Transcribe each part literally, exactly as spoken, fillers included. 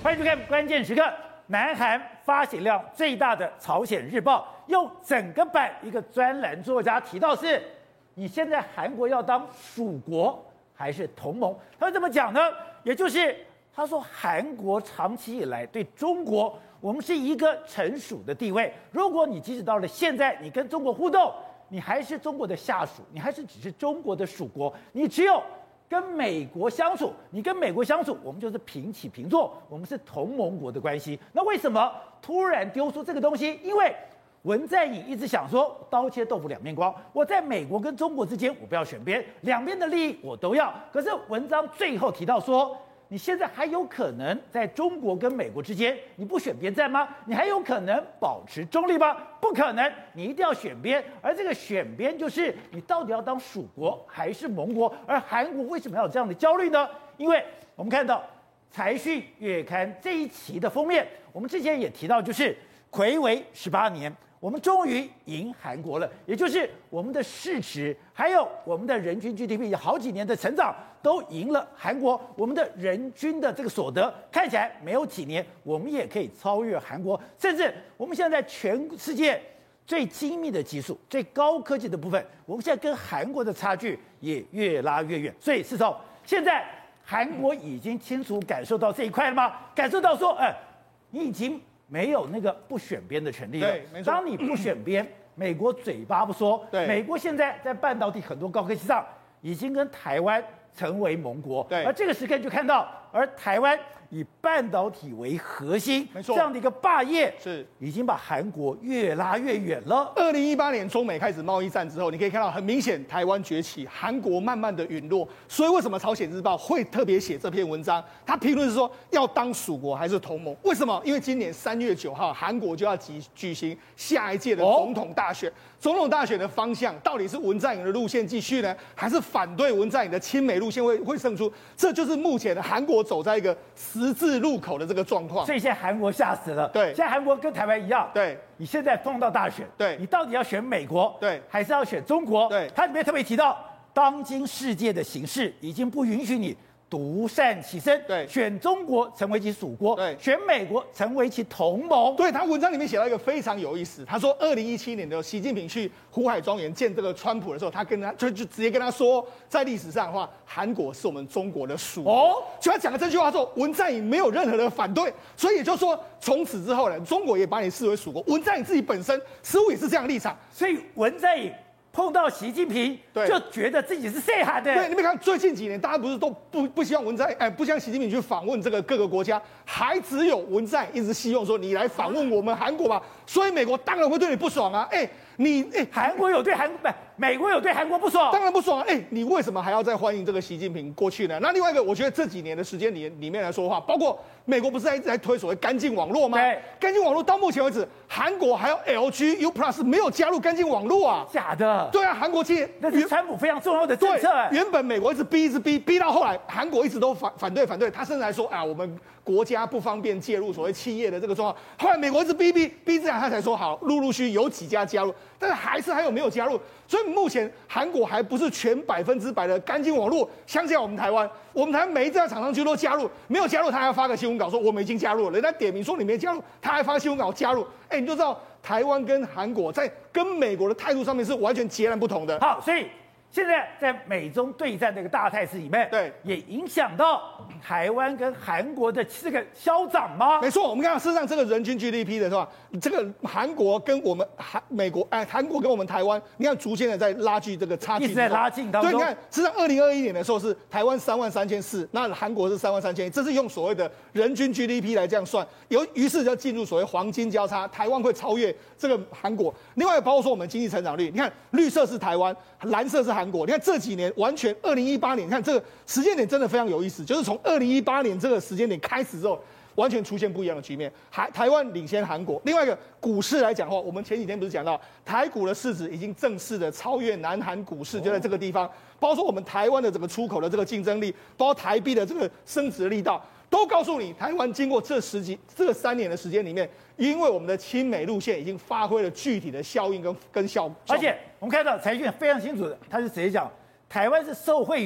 欢迎收看《关键时刻》。南韩发行量最大的《朝鲜日报》用整个版一个专栏作家提到是：你现在韩国要当属国还是同盟？他会怎么讲呢？也就是他说，韩国长期以来对中国，我们是一个臣属的地位。如果你即使到了现在，你跟中国互动，你还是中国的下属，你还是只是中国的属国，你只有跟美国相处，你跟美国相处，我们就是平起平坐，我们是同盟国的关系。那为什么突然丢出这个东西？因为文在寅一直想说刀切豆腐两面光，我在美国跟中国之间，我不要选边，两边的利益我都要。可是文章最后提到说，你现在还有可能在中国跟美国之间，你不选边站吗？你还有可能保持中立吗？不可能，你一定要选边。而这个选边就是你到底要当属国还是盟国。而韩国为什么要有这样的焦虑呢？因为我们看到《财讯》月刊这一期的封面，我们之前也提到，就是睽违十八年。我们终于赢韩国了，也就是我们的市值，还有我们的人均 G D P 有好几年的成长都赢了韩国。我们的人均的这个所得看起来没有几年，我们也可以超越韩国，甚至我们现在全世界最精密的技术、最高科技的部分，我们现在跟韩国的差距也越拉越远。所以，是从现在韩国已经清楚感受到这一块了吗？感受到说，哎、呃，你已经没有那个不选边的权利了。 对，没错。 当你不选边，美国嘴巴不说， 对， 美国现在在半导体很多高科技上已经跟台湾成为盟国。 对， 而这个时刻就看到，而台湾以半导体为核心， 没错， 这样的一个霸业是已经把韩国越拉越远了。 二零一八年中美开始贸易战之后，你可以看到很明显，台湾崛起，韩国慢慢的陨落。所以为什么朝鲜日报会特别写这篇文章？他评论是说要当属国还是同盟？为什么？因为今年三月九号，韩国就要举举行下一届的总统大选。哦、总统大选的方向到底是文在寅的路线继续呢，还是反对文在寅的亲美路线会会胜出？这就是目前的韩国走在一个十字路口的这个状况。 所以现在韩国吓死了。 对， 现在韩国跟台湾一样。 对， 你现在碰到大选， 对， 你到底要选美国， 对， 还是要选中国？ 对， 它里面特别提到，当今世界的形势已经不允许你独善其身， 对， 选中国成为其属国， 对， 选美国成为其同盟。 对，他文章里面写到一个非常有意思，他说，二零一七年的时候，习近平去胡海庄园见这个川普的时候，他跟他就就直接跟他说，在历史上的话，韩国是我们中国的属国。哦，就他讲了这句话之后，文在寅没有任何的反对，所以也就是说，从此之后呢，中国也把你视为属国。文在寅自己本身似乎也是这样的立场， 所以文在寅碰到习近平，就觉得自己是谁喊的。 对，你们看最近几年，大家不是都不不希望文在哎，不希望习近平去访问这个各个国家，还只有文在寅一直希望说你来访问我们韩国吧。所以美国当然会对你不爽啊！哎，你哎， 韩国有对韩不，美国有对韩国不爽， 当然不爽啊！哎，你为什么还要再欢迎这个习近平过去呢？那另外一个，我觉得这几年的时间里里面来说的话，包括美国不是在一直在推所谓干净网络吗？ 对， 干净网络到目前为止，韩国还有 L G U Plus 没有加入干净网络啊！ 假的？ 对啊，韩国其实那是川普非常重要的政策。 原本美国一直逼，一直逼，逼到后来，韩国一直都反反对反对，他甚至还说啊，我们国家不方便介入所谓企业的这个状况。后来美国一直逼逼逼，这样他才说好，陆陆续有几家加入，但是还是还有没有加入。所以目前韩国还不是全百分之百的干净网络。相较我们台湾，我们台湾每一家厂商区都加入，没有加入他还要发个新闻稿说我们已经加入了，人家点名说你没加入，他还发新闻稿加入。哎，你就知道台湾跟韩国在跟美国的态度上面是完全截然不同的。 好，所以现在在美中对战这个大态势里面， 对， 也影响到台湾跟韩国的这个消长吗？ 没错，我们看到事实上这个人均 G D P 的是吧？这个韩国跟我们韩美国哎，韩国跟我们台湾，你看逐渐的在拉近这个差距， 一直在拉近当中。 对，你看，事实上二零二一年的时候是台湾三万三千四，那韩国是三万三千一，这是用所谓的人均 G D P 来这样算，有于是就进入所谓黄金交叉，台湾会超越这个韩国。另外包括说我们经济成长率，你看绿色是台湾，蓝色是韩国。你看这几年完全二零一八年，你看这个时间点真的非常有意思，就是从二零一八年这个时间点开始之后，完全出现不一样的局面。台台湾领先韩国。另外一个股市来讲的话，我们前几天不是讲到台股的市值已经正式的超越南韩股市，就在这个地方。包括说我们台湾的整个出口的这个竞争力，包括台币的这个升值的力道，都告诉你，台湾经过这十几、这三年的时间里面，因为我们的亲美路线已经发挥了具体的效应跟跟效果。 而且我们看到财讯非常清楚的，他是直接讲，台湾是受惠于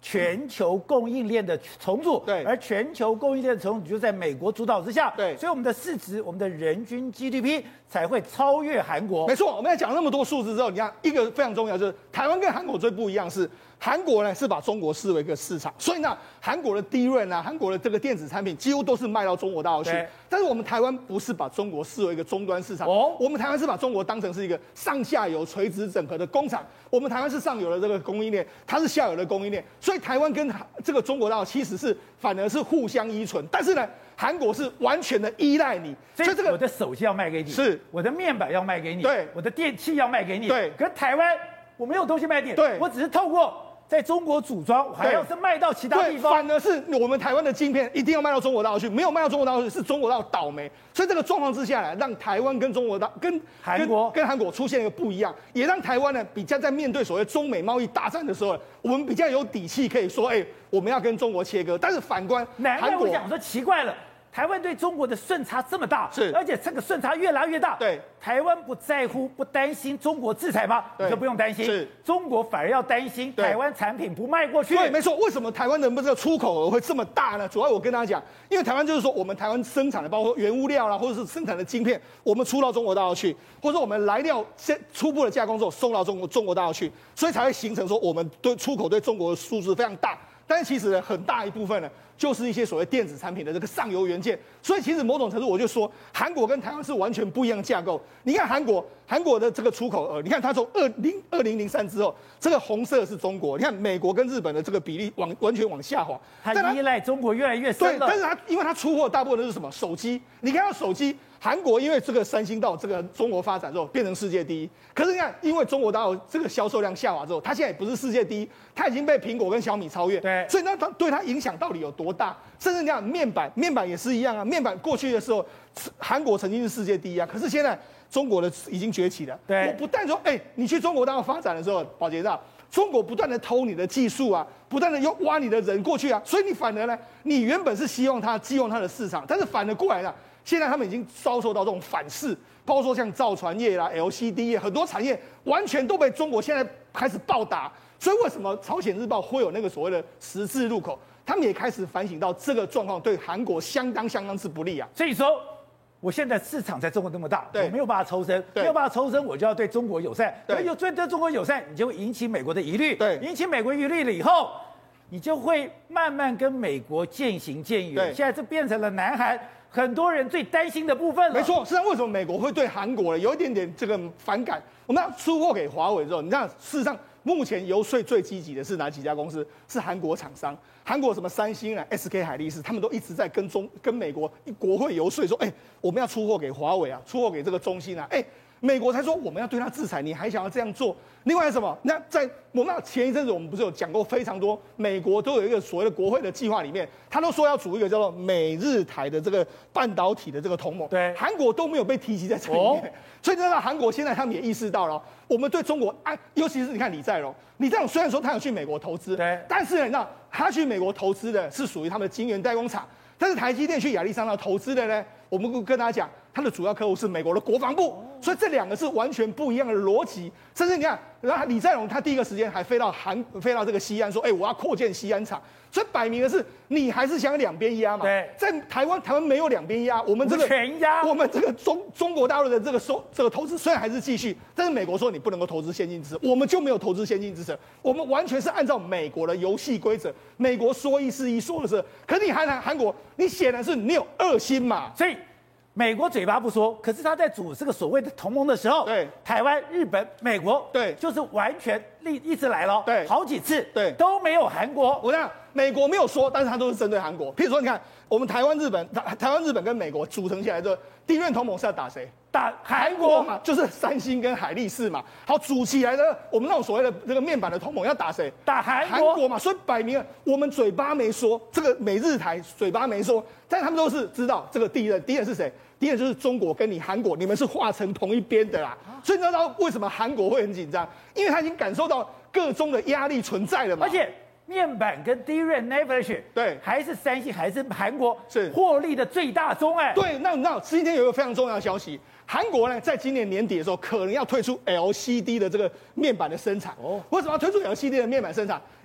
全球供应链的重组， 对， 而全球供应链的重组就在美国主导之下， 对， 所以我们的市值，我们的人均 G D P 才会超越韩国。 没错，我们在讲那么多数字之后，你看一个非常重要，就是台湾跟韩国最不一样是，韩国呢是把中国视为一个市场，所以呢，韩国的低润啊，韩国的这个电子产品几乎都是卖到中国大陆去。但是我们台湾不是把中国视为一个终端市场，哦，我们台湾是把中国当成是一个上下游垂直整合的工厂。我们台湾是上游的这个供应链，它是下游的供应链，所以台湾跟这个中国大陆其实是反而是互相依存，但是呢，韩国是完全的依赖你， 所以这个我的手机要卖给你， 是我的面板要卖给你， 对， 我的电器要卖给你， 对。 可是台湾我没有东西卖给你， 对， 我只是透过在中国组装，还要是卖到其他地方， 反而是我们台湾的晶片一定要卖到中国大陆去，没有卖到中国大陆去是中国大陆倒霉。所以这个状况之下呢，让台湾跟中国大跟韩国跟韩国出现一个不一样，也让台湾呢比较在面对所谓中美贸易大战的时候，我们比较有底气可以说，哎，我们要跟中国切割。但是反观韩国，我想说奇怪了。台湾对中国的顺差这么大， 是， 而且这个顺差越拉越大。 对， 台湾不在乎、不担心中国制裁吗？你就不用担心。 是， 中国反而要担心台湾产品不卖过去。 对，没错。为什么台湾的这个出口额会这么大呢？主要我跟大家讲，因为台湾就是说，我们台湾生产的包括原物料啦，或者是生产的晶片，我们出到中国大陆去，或者说我们来料先初步的加工之后送到中国中国大陆去，所以才会形成说我们对出口对中国的数字非常大。但是其实呢，很大一部分呢，就是一些所谓电子产品的这个上游元件。所以其实某种程度，我就说，韩国跟台湾是完全不一样的架构。你看韩国，韩国的这个出口额，你看它从二零二零零三之后，这个红色是中国，你看美国跟日本的这个比例往完全往下滑， 它依赖中国越来越深了。 对，但是它因为它出货大部分都是什么手机？你看到手机。韩国因为这个三星到这个中国发展之后变成世界第一，可是你看，因为中国大陆这个销售量下滑之后，它现在也不是世界第一，它已经被苹果跟小米超越。 对， 所以那它对它影响到底有多大？甚至你看面板，面板也是一样啊。面板过去的时候，韩国曾经是世界第一啊，可是现在中国的已经崛起了。 对， 我不但说，哎、欸，你去中国大陆发展的时候，宝杰道，中国不断的偷你的技术啊，不断的又挖你的人过去啊，所以你反而呢，你原本是希望它寄用它的市场，但是反而过来了。现在他们已经遭受到这种反噬，包括说像造船业啦、L C D 业，很多产业完全都被中国现在开始暴打。所以为什么朝鲜日报会有那个所谓的十字路口？他们也开始反省到这个状况对韩国相当相当之不利啊。 所以说，我现在市场在中国那么大，我没有办法抽身，没有办法抽身，我就要对中国友善。对，有对对中国友善，你就会引起美国的疑虑。 对， 引起美国疑虑了以后，你就会慢慢跟美国渐行渐远。现在这变成了南韩很多人最担心的部分了。 没错，实际上为什么美国会对韩国呢有一点点这个反感？我们要出货给华为之后，你看事实上目前游说最积极的是哪几家公司？是韩国厂商，韩国什么三星啊、S K 海力士，他们都一直在跟中跟美国国会游说说，哎、欸，我们要出货给华为啊，出货给这个中兴啊，哎、欸。美国才说我们要对他制裁，你还想要这样做？另外什么？那在我们前一阵子我们不是有讲过非常多，美国都有一个所谓的国会的计划里面，他都说要组一个叫做美日台的这个半导体的这个同盟。 对， 韩国都没有被提及在这里面，哦、所以呢，韩国现在他们也意识到了，我们对中国啊，尤其是你看李在镕，李在镕虽然说他有去美国投资， 对， 但是你知道他去美国投资的是属于他们的晶圆代工厂，但是台积电去亚利桑那投资的呢，我们跟大家讲。他的主要客户是美国的国防部，所以这两个是完全不一样的逻辑。甚至你看，然后李在镕他第一个时间还飞到韩，飞到这个西安，说：“哎、欸，我要扩建西安厂。”所以摆明的是，你还是想两边压嘛？ 对， 在台湾，台湾没有两边压，我们这个全压。 我们这个中中国大陆的这个收这个投资虽然还是继续，但是美国说你不能够投资先进制程，我们就没有投资先进制程，我们完全是按照美国的游戏规则，美国说一是一，说的是。可是你韩韩国，你显然是你有二心嘛， 所以。美国嘴巴不说，可是他在组这个所谓的同盟的时候， 对台湾、日本、美国， 对， 就是完全一一直来了， 对， 好几次， 对， 都没有韩国。 我讲美国没有说，但是他都是针对韩国。譬如说，你看我们台湾、日本、台台湾、日本跟美国组成起来之后，第一任同盟是要打谁？ 打韩国嘛，就是三星跟海力士嘛。好，组起来的我们那种所谓的这个面板的同盟要打谁？ 打韩韩国嘛。所以摆明了，我们嘴巴没说，这个美日台嘴巴没说，但他们都是知道这个第一任，第一任是谁？第一个就是中国跟你韩国，你们是画成同一边的啦，所以你知道为什么韩国会很紧张？因为他已经感受到各中的压力存在了嘛。 而且面板跟 D R A M、N A V Flash 对， 还是三星还是韩国是获利的最大宗哎。 对，那你知道今天有一个非常重要的消息，韩国呢在今年年底的时候可能要推出 L C D 的这个面板的生产。哦，为什么要推出 L C D 的面板生产？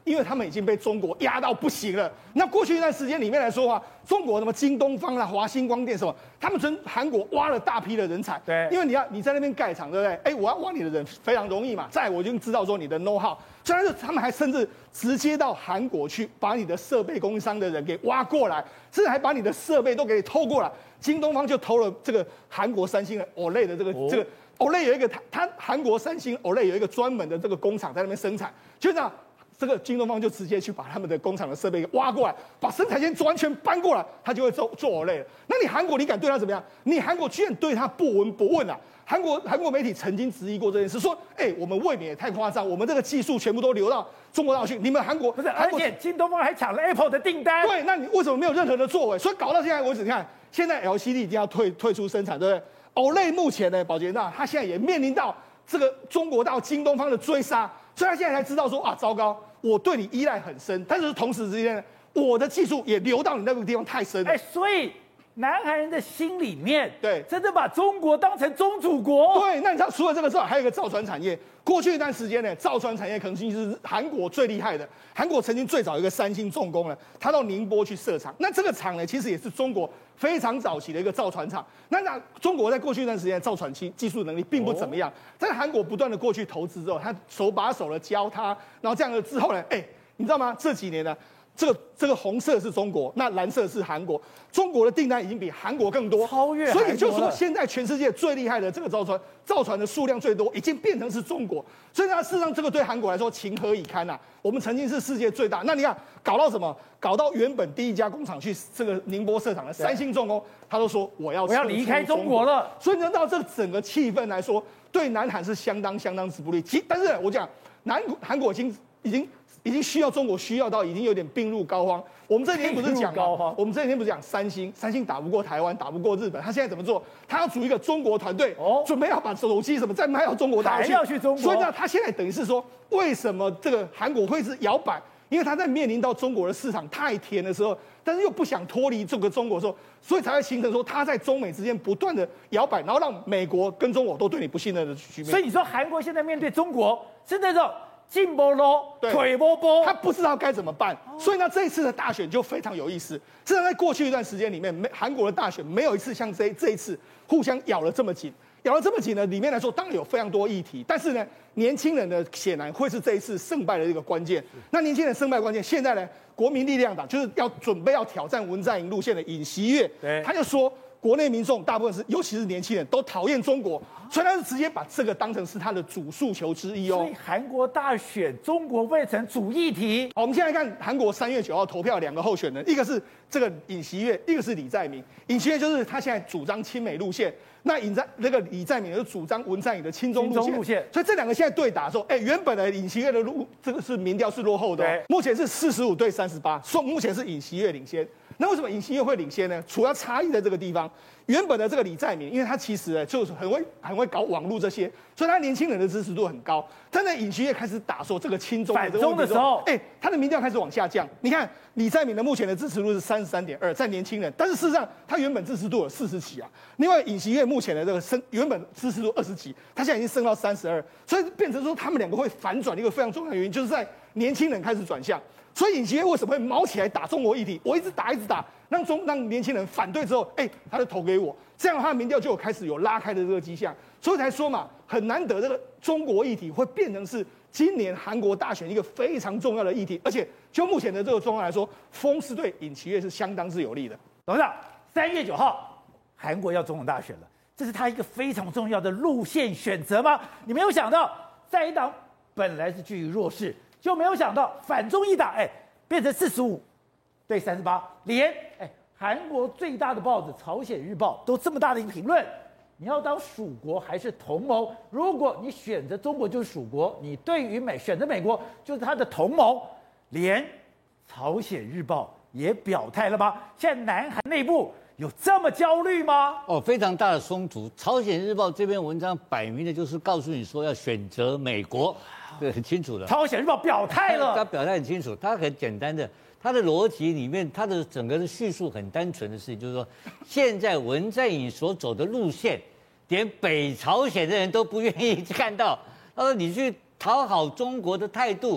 因为他们已经被中国压到不行了。那过去一段时间里面来说的话，中国什么京东方啦、华星光电什么，他们从韩国挖了大批的人才。 对， 因为你要你在那边盖厂，对不对？哎，我要挖你的人非常容易嘛。再来我已经知道说你的 know how， 虽然是他们还甚至直接到韩国去把你的设备供应商的人给挖过来，甚至还把你的设备都给你偷过来。京东方就偷了这个韩国三星的 O L E D 的这个、哦、这个 O L E D 有一个他他韩国三星 O L E D 有一个专门的这个工厂在那边生产，就这样。这个京东方就直接去把他们的工厂的设备给挖过来，把生产线完全搬过来，他就会做做 O L E D 了。那你韩国你敢对他怎么样？你韩国居然对他不闻不问啊！韩国韩国媒体曾经质疑过这件事，说：“哎、欸，我们未免也太夸张，我们这个技术全部都流到中国大陆去，你们韩国不是？而且京东方还抢了 Apple 的订单。 对，那你为什么没有任何的作为？所以搞到现在为止，你看现在 L C D 已经要退退出生产，对不对 ？O L E D 目前呢，宝洁娜它现在也面临到这个中国到京东方的追杀，所以他现在才知道说啊，糟糕。”我对你依赖很深，但是同时之间，我的技术也流到你那个地方太深了。 哎，所以南韩人的心里面， 对， 真的把中国当成宗主国。 对，那你知道除了这个之外，还有一个造船产业。过去一段时间呢，造船产业可能是韩国最厉害的。韩国曾经最早有一个三星重工呢，他到宁波去设厂。那这个厂呢，其实也是中国非常早期的一个造船厂。那那中国在过去一段时间造船技技术能力并不怎么样，在韩国不断的过去投资之后，他手把手的教他，然后这样的之后呢，哎，你知道吗？这几年呢。这个这个红色是中国，那蓝色是韩国。中国的订单已经比韩国更多， 超越韩国了。 所以就说现在全世界最厉害的这个造船，造船的数量最多，已经变成是中国。所以呢，事实上这个对韩国来说情何以堪呐、啊？我们曾经是世界最大，那你看搞到什么？搞到原本第一家工厂去这个宁波设厂的三星重工，他都说我要我要离开中国了。 所以呢，到这整个气氛来说，对南韩是相当相当之不利。其但是我讲南韩国已经已经。已经需要中国需要到已经有点病入膏肓。我们这几天不是讲吗？我们这几天不是讲三星，三星打不过台湾，打不过日本，他现在怎么做？他要组一个中国团队，哦，准备要把手机什么再卖到中国大陆去， 还要去中国。 所以呢，他现在等于是说，为什么这个韩国会是摇摆？因为他在面临到中国的市场太甜的时候，但是又不想脱离这个中国的时候，所以才会形成说他在中美之间不断的摇摆，然后让美国跟中国都对你不信任的局面。 所以你说韩国现在面对中国是那种。进波喽，腿波波， 他不知道该怎么办，所以呢，这一次的大选就非常有意思。至少在过去一段时间里面，没韩国的大选没有一次像这这一次互相咬了这么紧，咬了这么紧呢，里面来说当然有非常多议题，但是呢，年轻人呢显然会是这一次胜败的一个关键。那年轻人胜败关键，现在呢，国民力量党就是要准备要挑战文在寅路线的尹锡悦，他就说。国内民众大部分是，尤其是年轻人，都讨厌中国，所以他是直接把这个当成是他的主诉求之一哦。 所以韩国大选，中国变成主议题。 好，我们现在看韩国三月九号投票两个候选人，一个是这个尹锡悦，一个是李在明。尹锡悦就是他现在主张亲美路线，那尹在那个李在明是主张文在寅的亲中路线。 路线所以这两个现在对打的时候，哎，原本的尹锡悦的路这个是民调是落后的、哦，目前是四十五对三十八，说目前是尹锡悦领先。那为什么尹锡悦会领先呢？主要差异在这个地方。原本的这个李在明，因为他其实呢就是很会很会搞网络这些，所以他年轻人的支持度很高。但在尹锡悦开始打说这个亲中的反中的时候， 哎，他的民调开始往下降。你看李在明的目前的支持度是三十三点二，在年轻人，但是事实上他原本支持度有四十几啊。另外尹锡悦目前的这个升原本支持度二十几，他现在已经升到三十二，所以变成说他们两个会反转一个非常重要的原因，就是在年轻人开始转向。所以尹锡悦为什么会毛起来打中国议题？我一直打一直打，让中让年轻人反对之后，哎、欸，他就投给我，这样的话民调就有开始有拉开的这个迹象，所以才说嘛，很难得这个中国议题会变成是今年韩国大选一个非常重要的议题，而且就目前的这个状况来说，风是对尹锡悦是相当之有利的。 董事长，三月九号韩国要总统大选了，这是他一个非常重要的路线选择吗？你没有想到，在野党本来是居于弱势。就没有想到反中一打，哎，变成四十五对三十八，连哎韩国最大的报纸《朝鲜日报》都这么大的一个评论。你要当属国还是同盟？如果你选择中国就是属国，你对于美选择美国就是他的同盟。连《朝鲜日报》也表态了吗？现在南韩内部有这么焦虑吗？ 哦，非常大的冲突。《朝鲜日报》这篇文章摆明的就是告诉你说要选择美国。对，很清楚的。 朝鲜日报表态了， 他表态很清楚，他很简单的，他的逻辑里面，他的整个的叙述很单纯的事情，就是说，现在文在寅所走的路线，连北朝鲜的人都不愿意看到。他说，你去讨好中国的态度，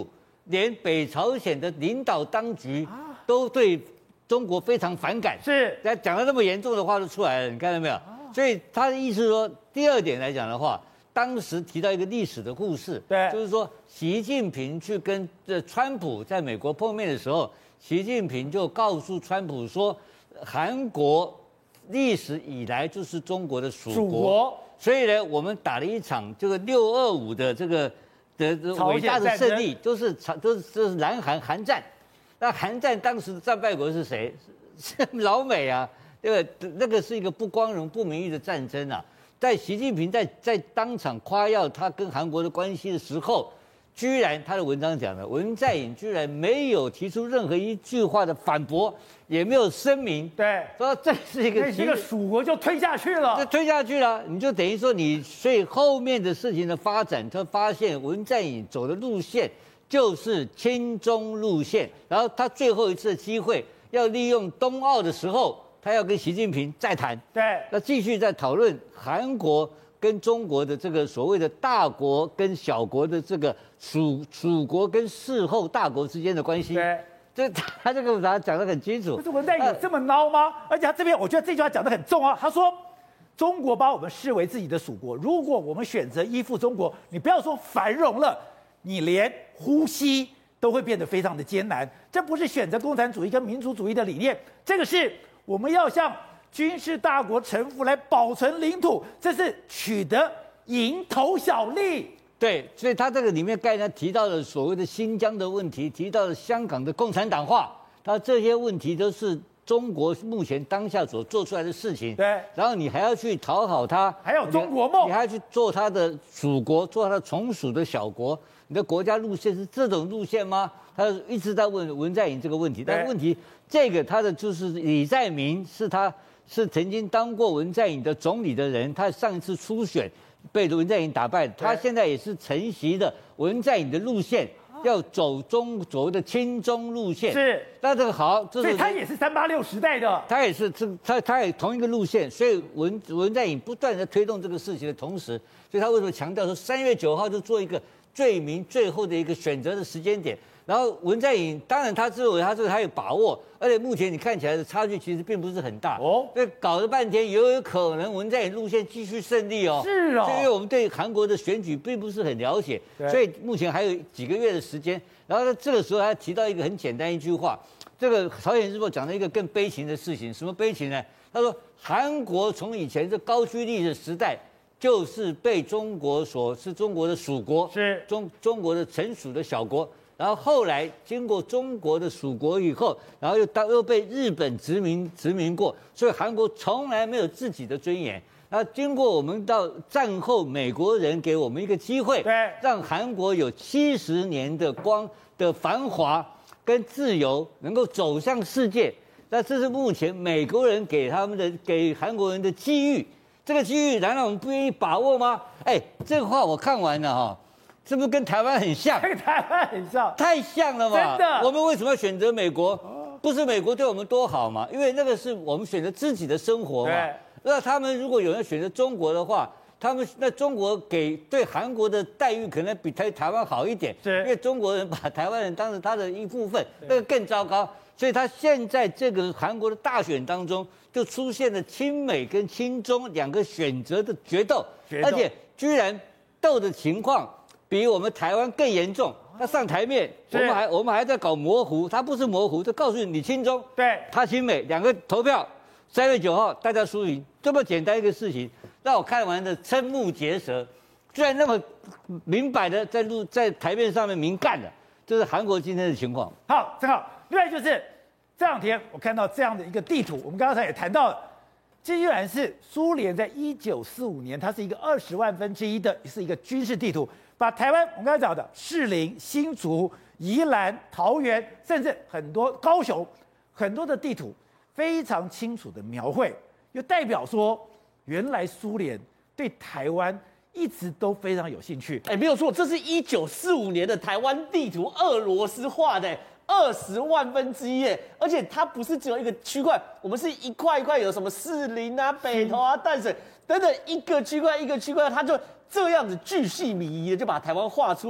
连北朝鲜的领导当局都对中国非常反感。 是， 那讲的那么严重的话都出来了，你看到没有？所以他的意思是说，第二点来讲的话，当时提到一个历史的故事， 对， 就是说习近平去跟这川普在美国碰面的时候，习近平就告诉川普说，韩国历史以来就是中国的属国， 属国所以呢，我们打了一场这个六二五的这个的伟大的胜利，都是长都是都是南韩韩战。那韩战当时的战败国是谁？是老美啊。这个那个是一个不光荣、不名誉的战争啊！在习近平在在当场夸耀他跟韩国的关系的时候，居然他的文章讲了，文在寅居然没有提出任何一句话的反驳，也没有声明， 对， 说这是一个这个蜀国就推下去了， 就推下去了，你就等于说你，所以后面的事情的发展，他发现文在寅走的路线就是亲中路线，然后他最后一次的机会要利用冬奥的时候。他要跟习近平再谈， 对， 那继续在讨论韩国跟中国的这个所谓的大国跟小国的这个属属国跟事后大国之间的关系。 对， 这他这个把它讲得很清楚。 不是文在寅有这么孬吗？而且他这边我觉得这句话讲得很重啊，他说中国把我们视为自己的属国，如果我们选择依附中国，你不要说繁荣了，你连呼吸都会变得非常的艰难。这不是选择共产主义跟民族主义的理念，这个是。我们要向军事大国臣服来保存领土，这是取得蝇头小利。 对，所以他这个里面刚才提到了所谓的新疆的问题，提到了香港的共产党化，他这些问题都是中国目前当下所做出来的事情。 对， 然后你还要去讨好他， 还有中国梦， 你还要去做他的属国，做他的从属的小国。你的国家路线是这种路线吗？他一直在问文在寅这个问题，但问题这个他的就是李在明是他是曾经当过文在寅的总理的人，他上一次初选被文在寅打败，他现在也是承袭的文在寅的路线，要走中所谓的亲中路线。 是， 那这个好，这所以他也是三八六时代的， 他也是这他他也同一个路线，所以文文在寅不断的推动这个事情的同时，所以他为什么强调说三月九号就做一个最明最后的一个选择的时间点？然后文在寅当然他认为他这个他有把握，而且目前你看起来的差距其实并不是很大哦。所以搞了半天也有可能文在寅路线继续胜利哦。 是哦， 因为我们对韩国的选举并不是很了解，所以目前还有几个月的时间。然后在这个时候还提到一个很简单一句话，这个朝鲜日报讲了一个更悲情的事情，什么悲情呢？他说韩国从以前这高句丽的时代。就是被中国所是中国的属国， 是中中国的臣属的小国，然后后来经过中国的属国以后，然后又当又被日本殖民殖民过，所以韩国从来没有自己的尊严。然后经过我们到战后美国人给我们一个机会， 对， 让韩国有七十年的光的繁华跟自由，能够走向世界。那这是目前美国人给他们的给韩国人的机遇。这个机遇难道我们不愿意把握吗？哎，这个话我看完了哈，是不是跟台湾很像？ 跟台湾很像， 太像了嘛！ 真的， 我们为什么要选择美国？不是美国对我们多好嘛？因为那个是我们选择自己的生活嘛。那他们如果有人选择中国的话，他们那中国给对韩国的待遇可能比台台湾好一点，因为中国人把台湾人当成他的一部分，那个更糟糕。所以他现在这个韩国的大选当中，就出现了亲美跟亲中两个选择的决斗，而且居然斗的情况比我们台湾更严重。他上台面，我们还我们还在搞模糊，他不是模糊，就告诉你你亲中， 对， 他亲美，两个投票，三月九号大家输赢，这么简单一个事情，让我看完的瞠目结舌，居然那么明摆的在路在台面上面明干的，这是韩国今天的情况。 好，正好。另外就是这两天我看到这样的一个地图，我们刚才也谈到了，这居然是苏联在一九四五年，它是一个二十万分之一的，是一个军事地图，把台湾我们刚才讲的士林、新竹、宜兰、桃园，甚至很多高雄，很多的地图非常清楚的描绘，又代表说原来苏联对台湾一直都非常有兴趣。 哎，没有错，这是一九四五年的台湾地图，俄罗斯画的。二十万分之一耶，而且它不是只有一个区块，我们是一块一块，有什么士林啊、北投啊、淡水等等，一个区块一个区块，它就这样子巨细靡遗的就把台湾画出来。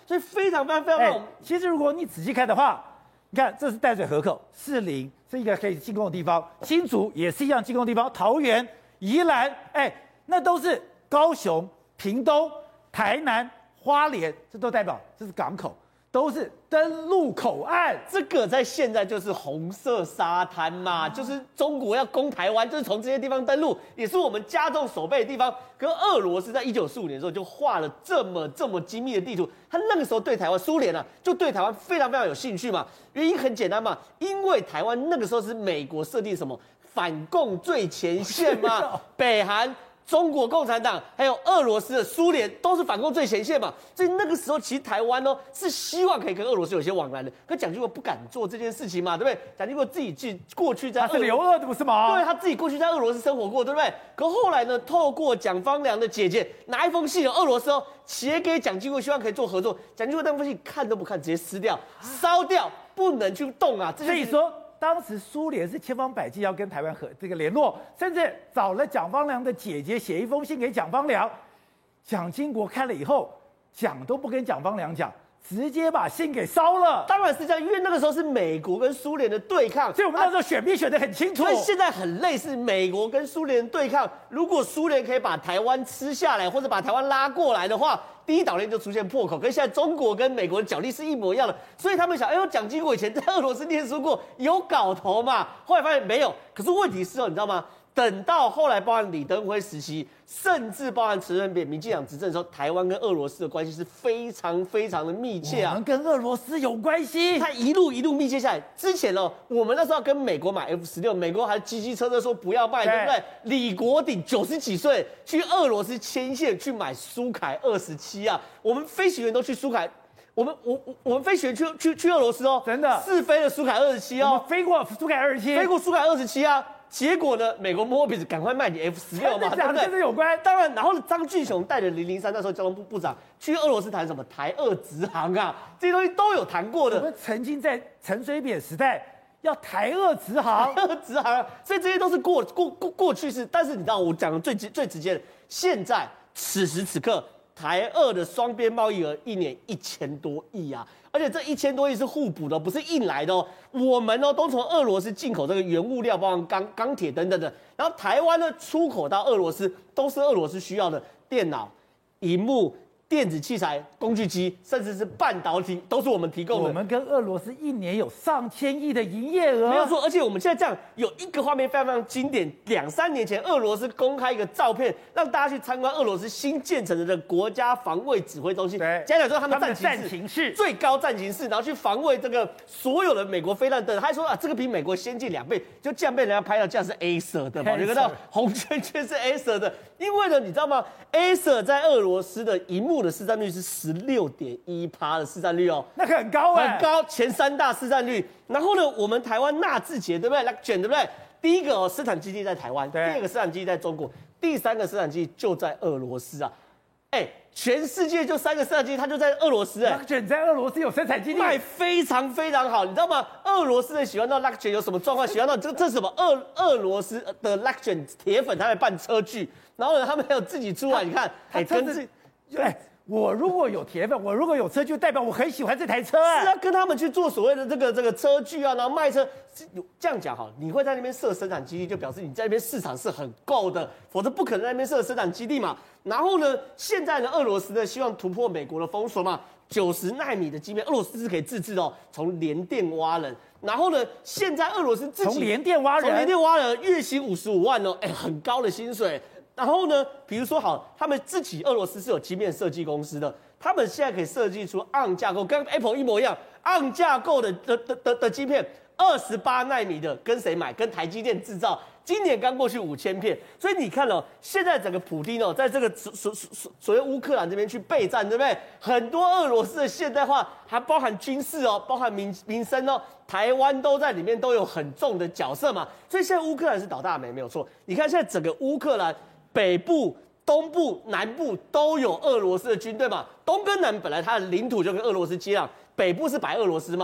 所以非常非常非常让我们。 其实如果你仔细看的话，你看这是淡水河口、士林是一个可以进攻的地方，新竹也是一样进攻的地方，桃园、宜兰，哎，那都是高雄、屏东、台南、花莲，这都代表这是港口。都是登陆口岸， 这个在现在就是红色沙滩嘛，就是中国要攻台湾，就是从这些地方登陆，也是我们加重守备的地方。可俄罗斯在一九四五年的时候就画了这么这么精密的地图，他那个时候对台湾，苏联啊，就对台湾非常非常有兴趣嘛。原因很简单嘛，因为台湾那个时候是美国设定什么反共最前线嘛，北韩。中国共产党还有俄罗斯的苏联都是反攻最前线嘛，所以那个时候其实台湾哦是希望可以跟俄罗斯有些往来的，可蒋经国不敢做这件事情嘛，对不对？蒋经国自己去过去在他是留俄的不是吗？ 对，他自己过去在俄罗斯生活过，对不对？可后来呢，透过蒋方良的姐姐拿一封信，俄罗斯哦写给蒋经国，希望可以做合作，蒋经国那封信看都不看，直接撕掉、烧掉，不能去动啊。 所以说。当时苏联是千方百计要跟台湾和这个联络，甚至找了蒋方良的姐姐写一封信给蒋方良。蒋经国看了以后，讲都不跟蒋方良讲，直接把信给烧了。 当然是这样，因为那个时候是美国跟苏联的对抗， 所以我们那时候选币选得很清楚。 所以现在很类似美国跟苏联对抗，如果苏联可以把台湾吃下来，或者把台湾拉过来的话。第一岛链就出现破口，跟现在中国跟美国的角力是一模一样的，所以他们想，哎呦，蒋经国以前在俄罗斯念书过，有搞头嘛？后来发现没有。可是问题是哦，你知道吗？等到后来，包含李登辉时期，甚至包含陈水扁民进党执政的时候，台湾跟俄罗斯的关系是非常非常的密切啊。 我们跟俄罗斯有关系， 它一路一路密切下来。之前哦，我们那时候要跟美国买 F 十六，美国还叽叽车车说不要卖，对不对？李国鼎九十几岁去俄罗斯牵线去买苏凯二十七啊，我们飞行员都去苏凯。我们我我我们飞行员去去去俄罗斯哦， 真的试飞了苏凯二十七哦， 飞过苏凯二十七， 飞过苏凯二十七啊。结果呢，美国摸鼻子，赶快卖你 F 十六嘛，对不对？ 跟这有关。 当然，然后张俊雄带着零零三那时候交通部部长去俄罗斯谈什么台俄直航啊，这些东西都有谈过的。 我们曾经在陈水扁时代要台俄直航， 台俄直航，所以这些都是过过过过去式。但是你知道，我讲的最直最直接的，现在此时此刻，台俄的双边贸易额一年一千多亿啊。而且这一千多亿是互补的，不是硬来的哦。我们哦都从俄罗斯进口这个原物料，包含钢、钢铁等等的。然后台湾呢出口到俄罗斯，都是俄罗斯需要的电脑、萤幕、电子器材、工具机，甚至是半导体，都是我们提供的。 我们跟俄罗斯一年有上千亿的营业额， 没有错。而且我们现在这样有一个画面非常非常经典，两三年前俄罗斯公开一个照片，让大家去参观俄罗斯新建成的国家防卫指挥中心。 对， 讲讲说他们战战情室最高战情室，然后去防卫这个所有的美国飞弹等。他还说啊，这个比美国先进两倍，就这样被人家拍到，这样是 Acer 的嘛？你看到红圈圈是 Acer 的，因为呢，你知道吗 ？Acer 在俄罗斯的荧幕的市占率是十六点一趴的市占率哦， 那很高哎、欸， 很高，前三大市占率。然后呢，我们台湾纳智捷对不对 ？Luxgen 对不对？第一个哦，生产基地在台湾，第二个生产基地在中国，第三个生产基地就在俄罗斯啊。哎，全世界就三个生产基地，它就在俄罗斯哎。 Luxgen 在俄罗斯有生产基地， 卖非常非常好，你知道吗？俄罗斯人喜欢到 Luxgen 有什么状况？喜欢到这这是什么？俄俄罗斯的 Luxgen 铁粉，他在办车具，然后呢，他们还有自己出来，你看，哎，跟自哎。我如果有铁粉，我如果有车，就代表我很喜欢这台车啊！ 是啊，跟他们去做所谓的这个这个车具啊，然后卖车，这样讲哈，你会在那边设生产基地，就表示你在那边市场是很够的，否则不可能在那边设生产基地嘛。然后呢，现在呢，俄罗斯呢希望突破美国的封锁嘛，九十奈米的晶片，俄罗斯是可以自制的哦，从联电挖人。然后呢，现在俄罗斯自己从联电挖人， 从联电挖人，月薪五十五万哦，哎，很高的薪水。然后呢，比如说好，他们自己俄罗斯是有晶片设计公司的，他们现在可以设计出 A R M 架构，跟 Apple 一模一样 ，A R M 架构的的的的的晶片，二十八奈米的，跟谁买？跟台积电制造。今年刚过去五千片，所以你看哦，现在整个普丁哦，在这个所所所所谓乌克兰这边去备战，对不对？很多俄罗斯的现代化，还包含军事哦，包含民民生哦，台湾都在里面都有很重的角色嘛。所以现在乌克兰是倒大霉，没有错。你看现在整个乌克兰。北部、东部、南部都有俄罗斯的军队嘛，东跟南本来它的领土就跟俄罗斯接壤，北部是白俄罗斯嘛，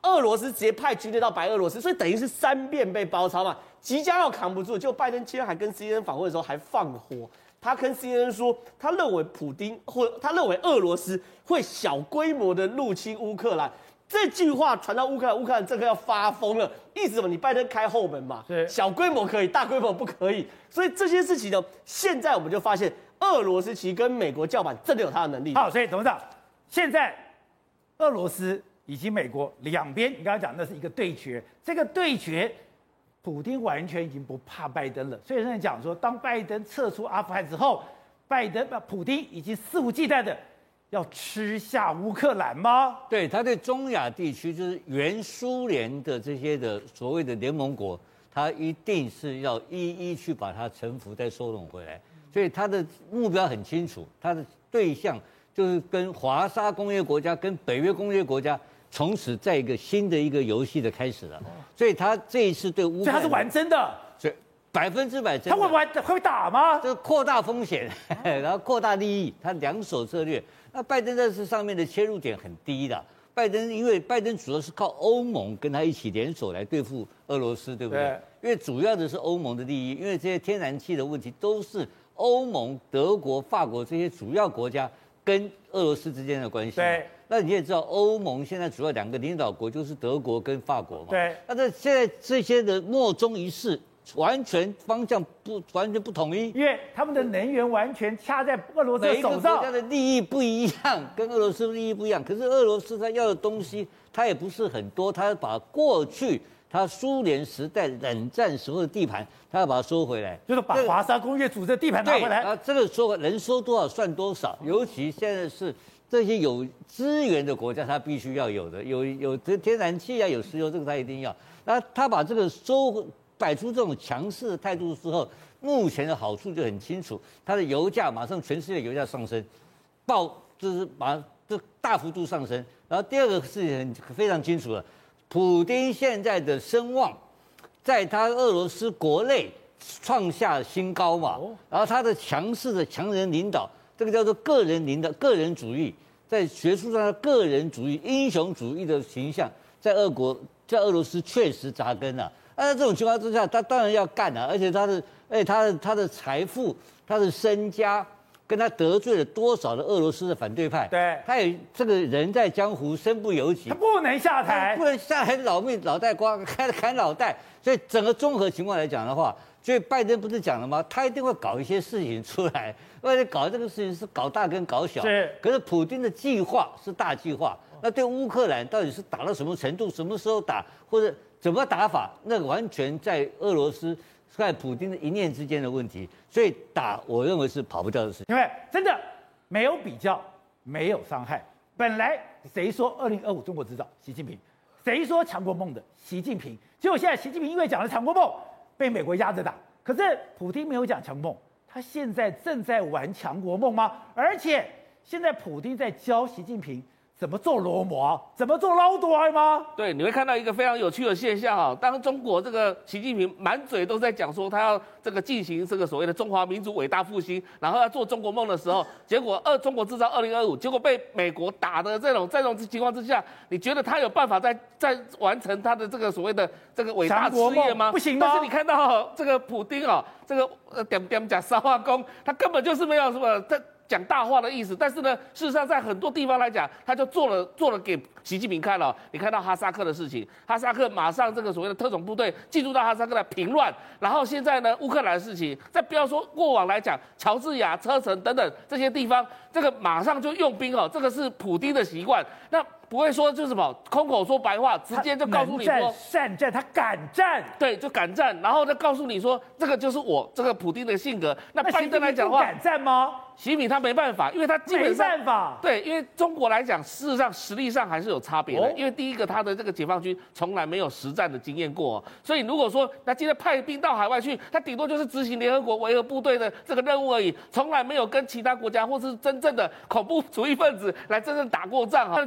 俄罗斯直接派军队到白俄罗斯，所以等于是三遍被包抄嘛，即将要扛不住。就拜登今天还跟 C N N 访问的时候还放火，他跟 C N N 说，他认为普丁或他认为俄罗斯会小规模的入侵乌克兰。这句话传到乌克兰，乌克兰这个要发疯了，意思什么？你拜登开后门嘛，小规模可以，大规模不可以。所以这些事情呢，现在我们就发现，俄罗斯其实跟美国叫板真的有他的能力。 好，所以董事长，现在俄罗斯以及美国两边，你刚刚讲那是一个对决，这个对决，普丁完全已经不怕拜登了。所以有人讲说，当拜登撤出阿富汗之后，拜登啊，普丁已经肆无忌惮的要吃下乌克兰吗？ 对，他对中亚地区，就是原苏联的这些的所谓的联盟国，他一定是要一一去把它臣服再收拢回来。所以他的目标很清楚，他的对象就是跟华沙工业国家、跟北约工业国家，从此在一个新的一个游戏的开始了。所以他这一次对乌克兰， 所以他是玩真的， 所以百分之百真的。 他会玩会打吗？ 这扩大风险，然后扩大利益，他两手策略。那拜登在这上面的切入点很低的。拜登因为拜登主要是靠欧盟跟他一起联手来对付俄罗斯，对不对？对，因为主要的是欧盟的利益，因为这些天然气的问题都是欧盟、德国、法国这些主要国家跟俄罗斯之间的关系。 对， 那你也知道，欧盟现在主要两个领导国就是德国跟法国嘛。 对， 那这现在这些的莫衷一是。完全方向不完全不统一， 因为他们的能源完全掐在俄罗斯的手上， 每一个国家的利益不一样，跟俄罗斯的利益不一样。可是俄罗斯他要的东西，他也不是很多，他把过去他苏联时代冷战时候的地盘，他要把它收回来， 就是把华沙工业组织的地盘拿回来。 啊，这个说能收多少算多少，尤其现在是这些有资源的国家，他必须要有的，有有这天然气啊，有石油，这个他一定要。那他把这个收。摆出这种强势的态度之后，目前的好处就很清楚，它的油价马上全世界油价上升，爆就是把这大幅度上升。然后第二个事情很非常清楚了，普丁现在的声望，在他俄罗斯国内创下新高嘛，然后他的强势的强人领导，这个叫做个人领导、个人主义，在学术上的个人主义、英雄主义的形象，在俄国在俄罗斯确实扎根了。那在这种情况之下，他当然要干了，而且他的，而且他的他的财富、他的身家，跟他得罪了多少的俄罗斯的反对派， 对， 他也这个人在江湖身不由己， 他不能下台， 不能下台，老命脑袋瓜开砍脑袋。所以整个综合情况来讲的话，所以拜登不是讲了吗？他一定会搞一些事情出来，而且搞这个事情是搞大跟搞小。 是， 可是普丁的计划是大计划，那对乌克兰到底是打到什么程度，什么时候打，或者？怎么打法？那个完全在俄罗斯、在普丁的一念之间的问题，所以打我认为是跑不掉的事情。 因为真的没有比较，没有伤害。本来谁说二零二五中国制造？习近平。谁说强国梦的？习近平。结果现在习近平因为讲了强国梦，被美国压着打。可是普丁没有讲强国梦，他现在正在玩强国梦吗？而且现在普丁在教习近平。怎么做罗摩？怎么做捞多吗？ 对，你会看到一个非常有趣的现象啊！当中国这个习近平满嘴都在讲说他要这个进行这个所谓的中华民族伟大复兴，然后要做中国梦的时候，结果二中国制造二零二五，结果被美国打的这种这种情况之下，你觉得他有办法再再完成他的这个所谓的这个伟大事业吗？ 不行吗？ 但是你看到这个普丁啊，这个呃点点讲沙化工，他根本就是没有什么这。讲大话的意思，但是呢，事实上在很多地方来讲，他就做了做了给习近平看了。你看到哈萨克的事情，哈萨克马上这个所谓的特种部队进入到哈萨克来平乱，然后现在呢，乌克兰的事情，再不要说过往来讲，乔治亚、车臣等等这些地方，这个马上就用兵哦，这个是普丁的习惯。那不会说就是什么空口说白话，直接就告诉你说善战，他敢战， 对，就敢战，然后再告诉你说这个就是我这个普丁的性格。那拜登来讲的话， 敢战吗？ 习近平他没办法，因为他基本上没办法。 对，因为中国来讲，事实上实力上还是有差别的。 哦、 因为第一个，他的这个解放军从来没有实战的经验过、哦，所以如果说他今天派兵到海外去，他顶多就是执行联合国维和部队的这个任务而已，从来没有跟其他国家或是真正的恐怖主义分子来真正打过仗哈。但今天他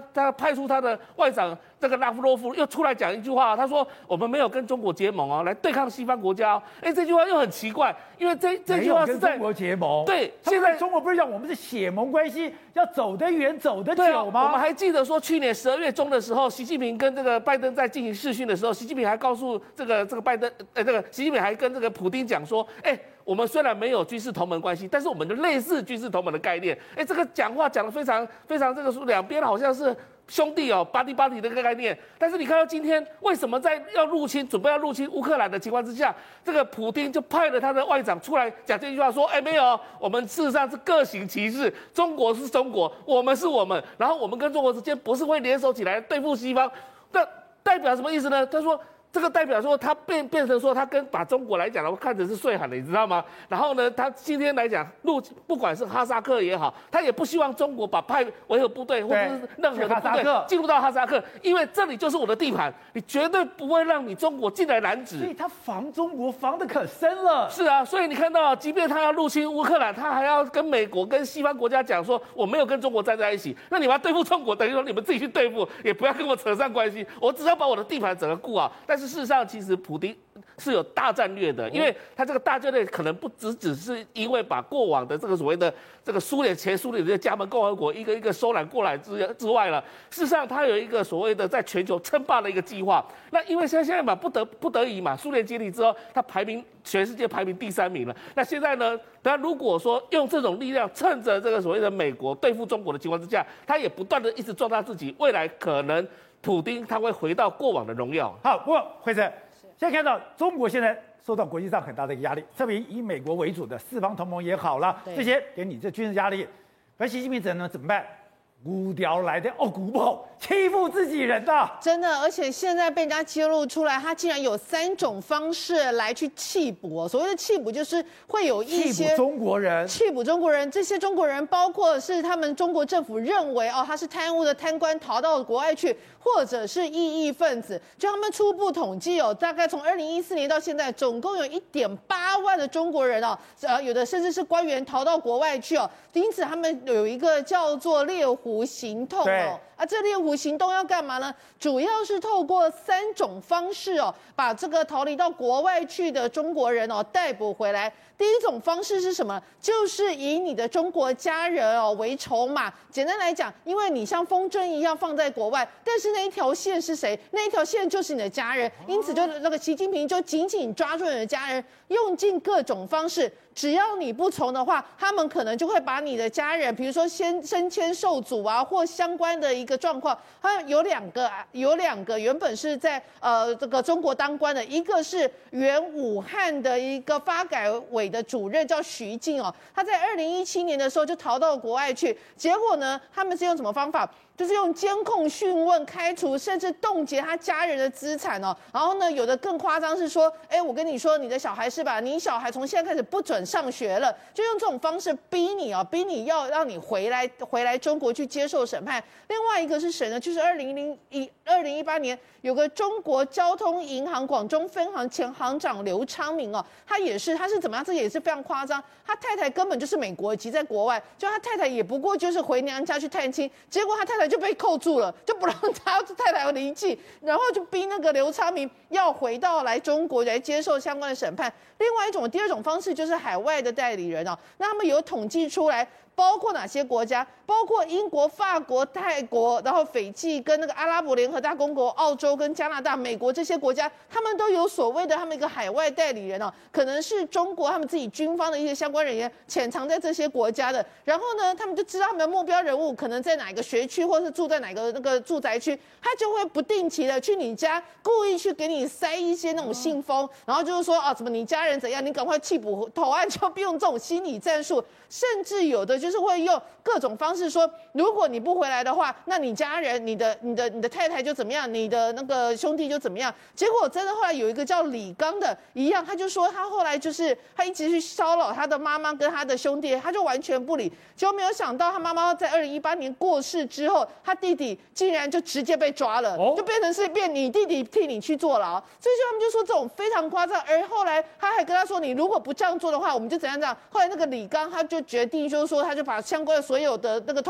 他派出他的外长这个拉夫洛夫又出来讲一句话，他说我们没有跟中国结盟哦，来对抗西方国家哦。哎，这句话又很奇怪，因为这这句话是在跟中国结盟。 对， 现在中国不是讲我们是血盟关系，要走得远走得久吗？ 我们还记得说去年十二月中的时候，习近平跟这个拜登在进行视讯的时候，习近平还告诉这个这个拜登，呃，这个习近平还跟这个普丁讲说，哎。我们虽然没有军事同盟关系，但是我们就类似军事同盟的概念。哎，这个讲话讲得非常非常这个说两边好像是兄弟哦，巴蒂巴蒂的一个概念。但是你看到今天为什么在要入侵、准备要入侵乌克兰的情况之下，这个普丁就派了他的外长出来讲这句话，说：哎，没有，我们事实上是各行其事，中国是中国，我们是我们，然后我们跟中国之间不是会联手起来对付西方。那代表什么意思呢？他说。这个代表说他变变成说他跟把中国来讲的话看成是睡喊的，你知道吗？然后呢，他今天来讲入不管是哈萨克也好，他也不希望中国把派维和部队或者是任何的部队进入到哈萨克，因为这里就是我的地盘，你绝对不会让你中国进来拦止。 所以他防中国防得可深了。 是啊，所以你看到，即便他要入侵乌克兰，他还要跟美国跟西方国家讲说我没有跟中国站在一起，那你们要对付中国，等于说你们自己去对付，也不要跟我扯上关系，我只要把我的地盘整个顾好。但是事实上，其实普丁是有大战略的，因为他这个大战略可能不只只是因为把过往的这个所谓的这个苏联前苏联的加盟共和国一个一个收揽过来之之外了，事实上他有一个所谓的在全球称霸的一个计划。那因为现在现在嘛不得不得已嘛，苏联解体之后，他排名全世界排名第三名了。那现在呢，他如果说用这种力量，趁着这个所谓的美国对付中国的情况之下，他也不断的一直壮大自己，未来可能普丁他会回到过往的荣耀。 好，不过辉生。现在看到中国现在受到国际上很大的一个压力，特别以美国为主的四方同盟也好了，这些给你这军事压力，而习近平怎呢？怎么办？无聊来的哦，古堡欺负自己人的、啊， 真的，而且现在被人家揭露出来，他竟然有三种方式来去弃捕。所谓的弃捕，就是会有一些弃捕中国人， 弃捕中国人。这些中国人，包括是他们中国政府认为哦，他是贪污的贪官，逃到国外去，或者是异议分子。就他们初步统计哦，大概从二零一四年到现在，总共有一点八万的中国人哦，呃，有的甚至是官员逃到国外去哦。因此，他们有一个叫做猎狐行动哦。啊，这猎狐行动要干嘛呢？主要是透过三种方式哦，把这个逃离到国外去的中国人哦逮捕回来。第一种方式是什么？就是以你的中国家人哦为筹码。简单来讲，因为你像风筝一样放在国外，但是那一条线是谁？那一条线就是你的家人。因此，就那个习近平就紧紧抓住你的家人，用尽各种方式。只要你不从的话，他们可能就会把你的家人，比如说先升迁受阻啊，或相关的一个状况。他有两个，有两个原本是在呃这个中国当官的，一个是原武汉的一个发改委的主任叫徐静哦，他在二零一七年的时候就逃到国外去，结果呢，他们是用什么方法？就是用监控讯问、开除，甚至冻结他家人的资产哦。然后呢，有的更夸张是说，哎，我跟你说，你的小孩是吧？你小孩从现在开始不准上学了，就用这种方式逼你哦，逼你要让你回来回来中国去接受审判。另外一个是谁呢？就是二零零一二零一八年有个中国交通银行广州分行前行长刘昌明哦，他也是他是怎么样？这也是非常夸张。他太太根本就是美国籍，在国外，就他太太也不过就是回娘家去探亲，结果他太太就被扣住了，就不让他太太离境，然后就逼那个刘昌明要回到来中国来接受相关的审判。另外一种，第二种方式就是海外的代理人哦，那他们有统计出来。包括哪些国家？包括英国、法国、泰国，然后斐济跟那个阿拉伯联合大公国、澳洲跟加拿大、美国这些国家，他们都有所谓的他们一个海外代理人哦，可能是中国他们自己军方的一些相关人员潜藏在这些国家的。然后呢，他们就知道他们的目标人物可能在哪个学区，或是住在哪个那个住宅区，他就会不定期的去你家，故意去给你塞一些那种信封，然后就是说啊，怎么你家人怎样，你赶快弃捕投案，就用这种心理战术，甚至有的就是会用各种方式说，如果你不回来的话，那你家人、你的、你的、你的太太就怎么样，你的那个兄弟就怎么样。结果真的后来有一个叫李刚的一样，他就说他后来就是他一直去骚扰他的妈妈跟他的兄弟，他就完全不理。结果没有想到他妈妈在二零一八年过世之后，他弟弟竟然就直接被抓了，就变成是变你弟弟替你去坐牢。所以就他们就说这种非常夸张。而后来他还跟他说，你如果不这样做的话，我们就怎样怎样。后来那个李刚他就决定就是说，他就把相关的所有的那个通联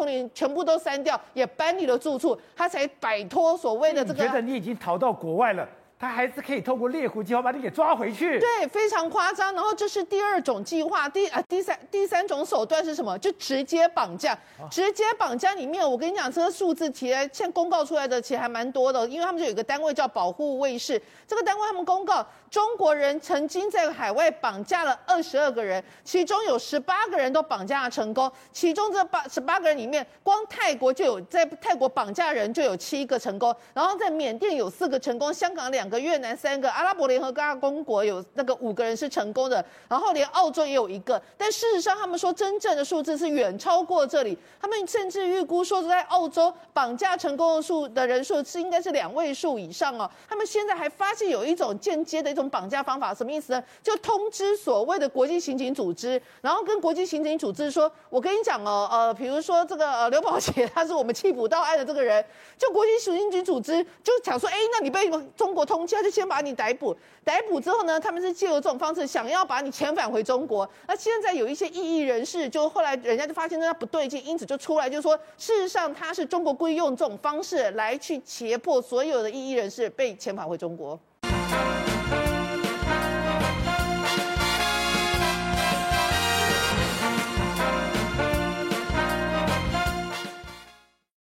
全部都删掉，也搬离了住处，他才摆脱所谓的这个。 你觉得你已经逃到国外了？他还是可以透过猎狐计划把你给抓回去。 对，非常夸张。然后这是第二种计划，第啊第三第三种手段是什么？就直接绑架。直接绑架里面，我跟你讲，这个数字其实现在公告出来的其实还蛮多的，因为他们就有一个单位叫保护卫士，这个单位他们公告，中国人曾经在海外绑架了二十二个人，其中有十八个人都绑架成功，其中这八十八个人里面，光泰国就有在泰国绑架人就有七个成功，然后在缅甸有四个成功，香港两个。越南三个，阿拉伯联合大公国有那个五个人是成功的，然后连澳洲也有一个，但事实上他们说真正的数字是远超过这里，他们甚至预估说在澳洲绑架成功的数的人数是应该是两位数以上哦。他们现在还发现有一种间接的一种绑架方法，什么意思呢？就通知所谓的国际刑警组织，然后跟国际刑警组织说，我跟你讲哦，呃，比如说这个呃刘宝杰他是我们缉捕到案的这个人，就国际刑警组织就讲说，哎，那你被中国通。他就先把你逮捕，逮捕之后呢，他们是借由这种方式想要把你遣返回中国。那现在有一些异议人士，就后来人家就发现他不对劲，因此就出来就说，事实上他是中国故意用这种方式来去胁迫所有的异议人士被遣返回中国。